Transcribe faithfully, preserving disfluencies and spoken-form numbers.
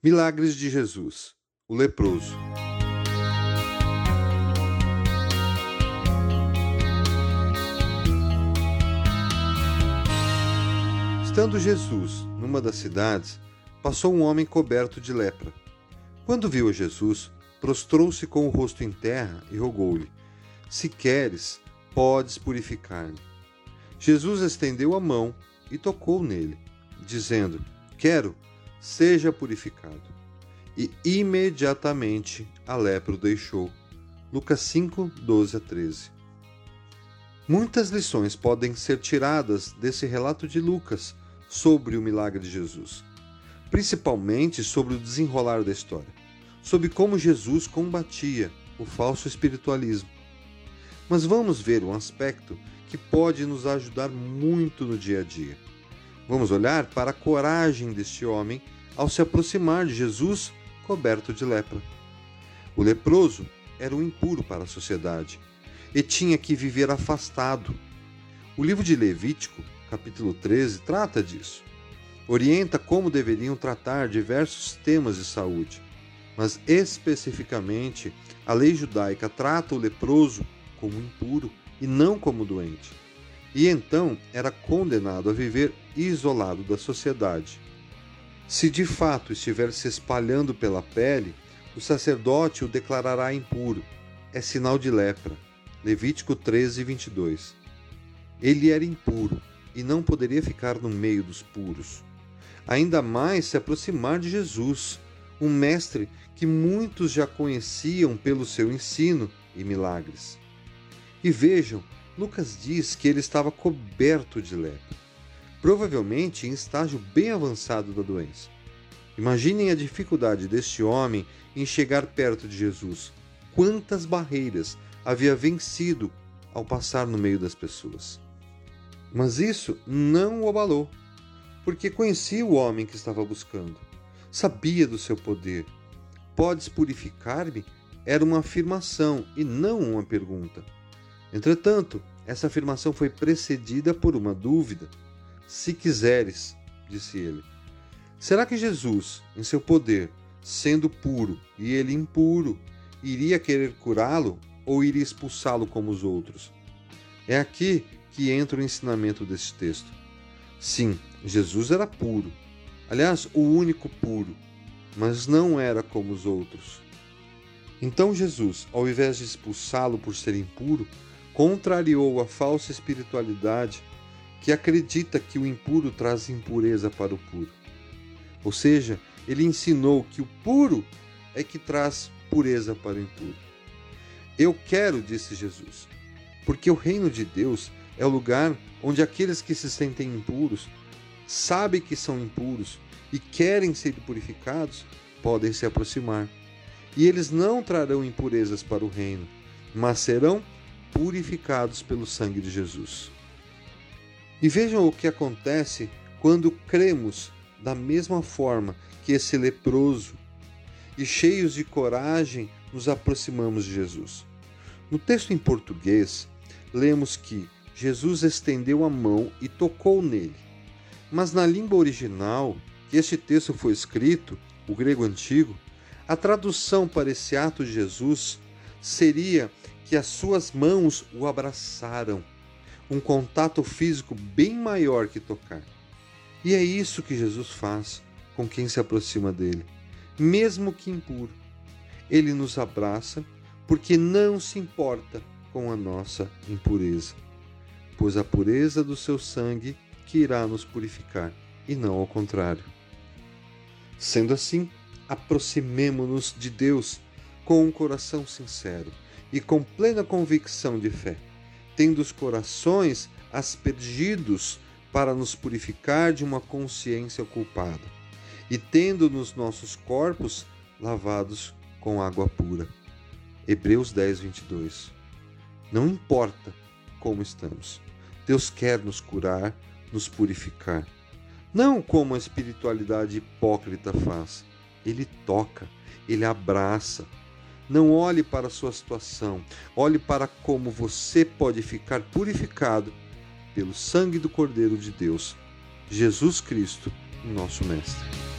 Milagres de Jesus, o leproso. Estando Jesus numa das cidades, passou um homem coberto de lepra. Quando viu a Jesus, prostrou-se com o rosto em terra e rogou-lhe: Se queres, podes purificar-me. Jesus estendeu a mão e tocou nele, dizendo: Quero, seja purificado. E imediatamente a lepra o deixou. Lucas cinco, doze a treze. Muitas lições podem ser tiradas desse relato de Lucas sobre o milagre de Jesus, principalmente sobre o desenrolar da história, sobre como Jesus combatia o falso espiritualismo. Mas vamos ver um aspecto que pode nos ajudar muito no dia a dia. Vamos olhar para a coragem deste homem ao se aproximar de Jesus coberto de lepra. O leproso era um impuro para a sociedade e tinha que viver afastado. O livro de Levítico, capítulo treze, trata disso. Orienta como deveriam tratar diversos temas de saúde, mas especificamente a lei judaica trata o leproso como impuro e não como doente. E então era condenado a viver isolado da sociedade. Se de fato estiver se espalhando pela pele, o sacerdote o declarará impuro. É sinal de lepra. Levítico treze, vinte e dois. Ele era impuro e não poderia ficar no meio dos puros. Ainda mais se aproximar de Jesus, um mestre que muitos já conheciam pelo seu ensino e milagres. E vejam, Lucas diz que ele estava coberto de lepra, provavelmente em estágio bem avançado da doença. Imaginem a dificuldade deste homem em chegar perto de Jesus. Quantas barreiras havia vencido ao passar no meio das pessoas. Mas isso não o abalou, porque conhecia o homem que estava buscando. Sabia do seu poder. Podes purificar-me? Era uma afirmação e não uma pergunta. Entretanto, essa afirmação foi precedida por uma dúvida. Se quiseres, disse ele. Será que Jesus, em seu poder, sendo puro e ele impuro, iria querer curá-lo ou iria expulsá-lo como os outros? É aqui que entra o ensinamento deste texto. Sim, Jesus era puro. Aliás, o único puro, mas não era como os outros. Então Jesus, ao invés de expulsá-lo por ser impuro, contrariou a falsa espiritualidade que acredita que o impuro traz impureza para o puro. Ou seja, ele ensinou que o puro é que traz pureza para o impuro. Eu quero, disse Jesus, porque o reino de Deus é o lugar onde aqueles que se sentem impuros, sabem que são impuros e querem ser purificados, podem se aproximar. E eles não trarão impurezas para o reino, mas serão purificados pelo sangue de Jesus. E vejam o que acontece quando cremos da mesma forma que esse leproso e cheios de coragem nos aproximamos de Jesus. No texto em português, lemos que Jesus estendeu a mão e tocou nele. Mas na língua original, que este texto foi escrito, o grego antigo, a tradução para esse ato de Jesus seria que as suas mãos o abraçaram, um contato físico bem maior que tocar. E é isso que Jesus faz com quem se aproxima dele, mesmo que impuro. Ele nos abraça porque não se importa com a nossa impureza, pois a pureza do seu sangue que irá nos purificar, e não ao contrário. Sendo assim, aproximemo-nos de Deus com um coração sincero e com plena convicção de fé, tendo os corações aspergidos para nos purificar de uma consciência culpada, e tendo nos nossos corpos lavados com água pura. Hebreus dez, vinte e dois. Não importa como estamos, Deus quer nos curar, nos purificar. Não como a espiritualidade hipócrita faz. Ele toca, ele abraça. Não olhe para a sua situação, olhe para como você pode ficar purificado pelo sangue do Cordeiro de Deus, Jesus Cristo, nosso Mestre.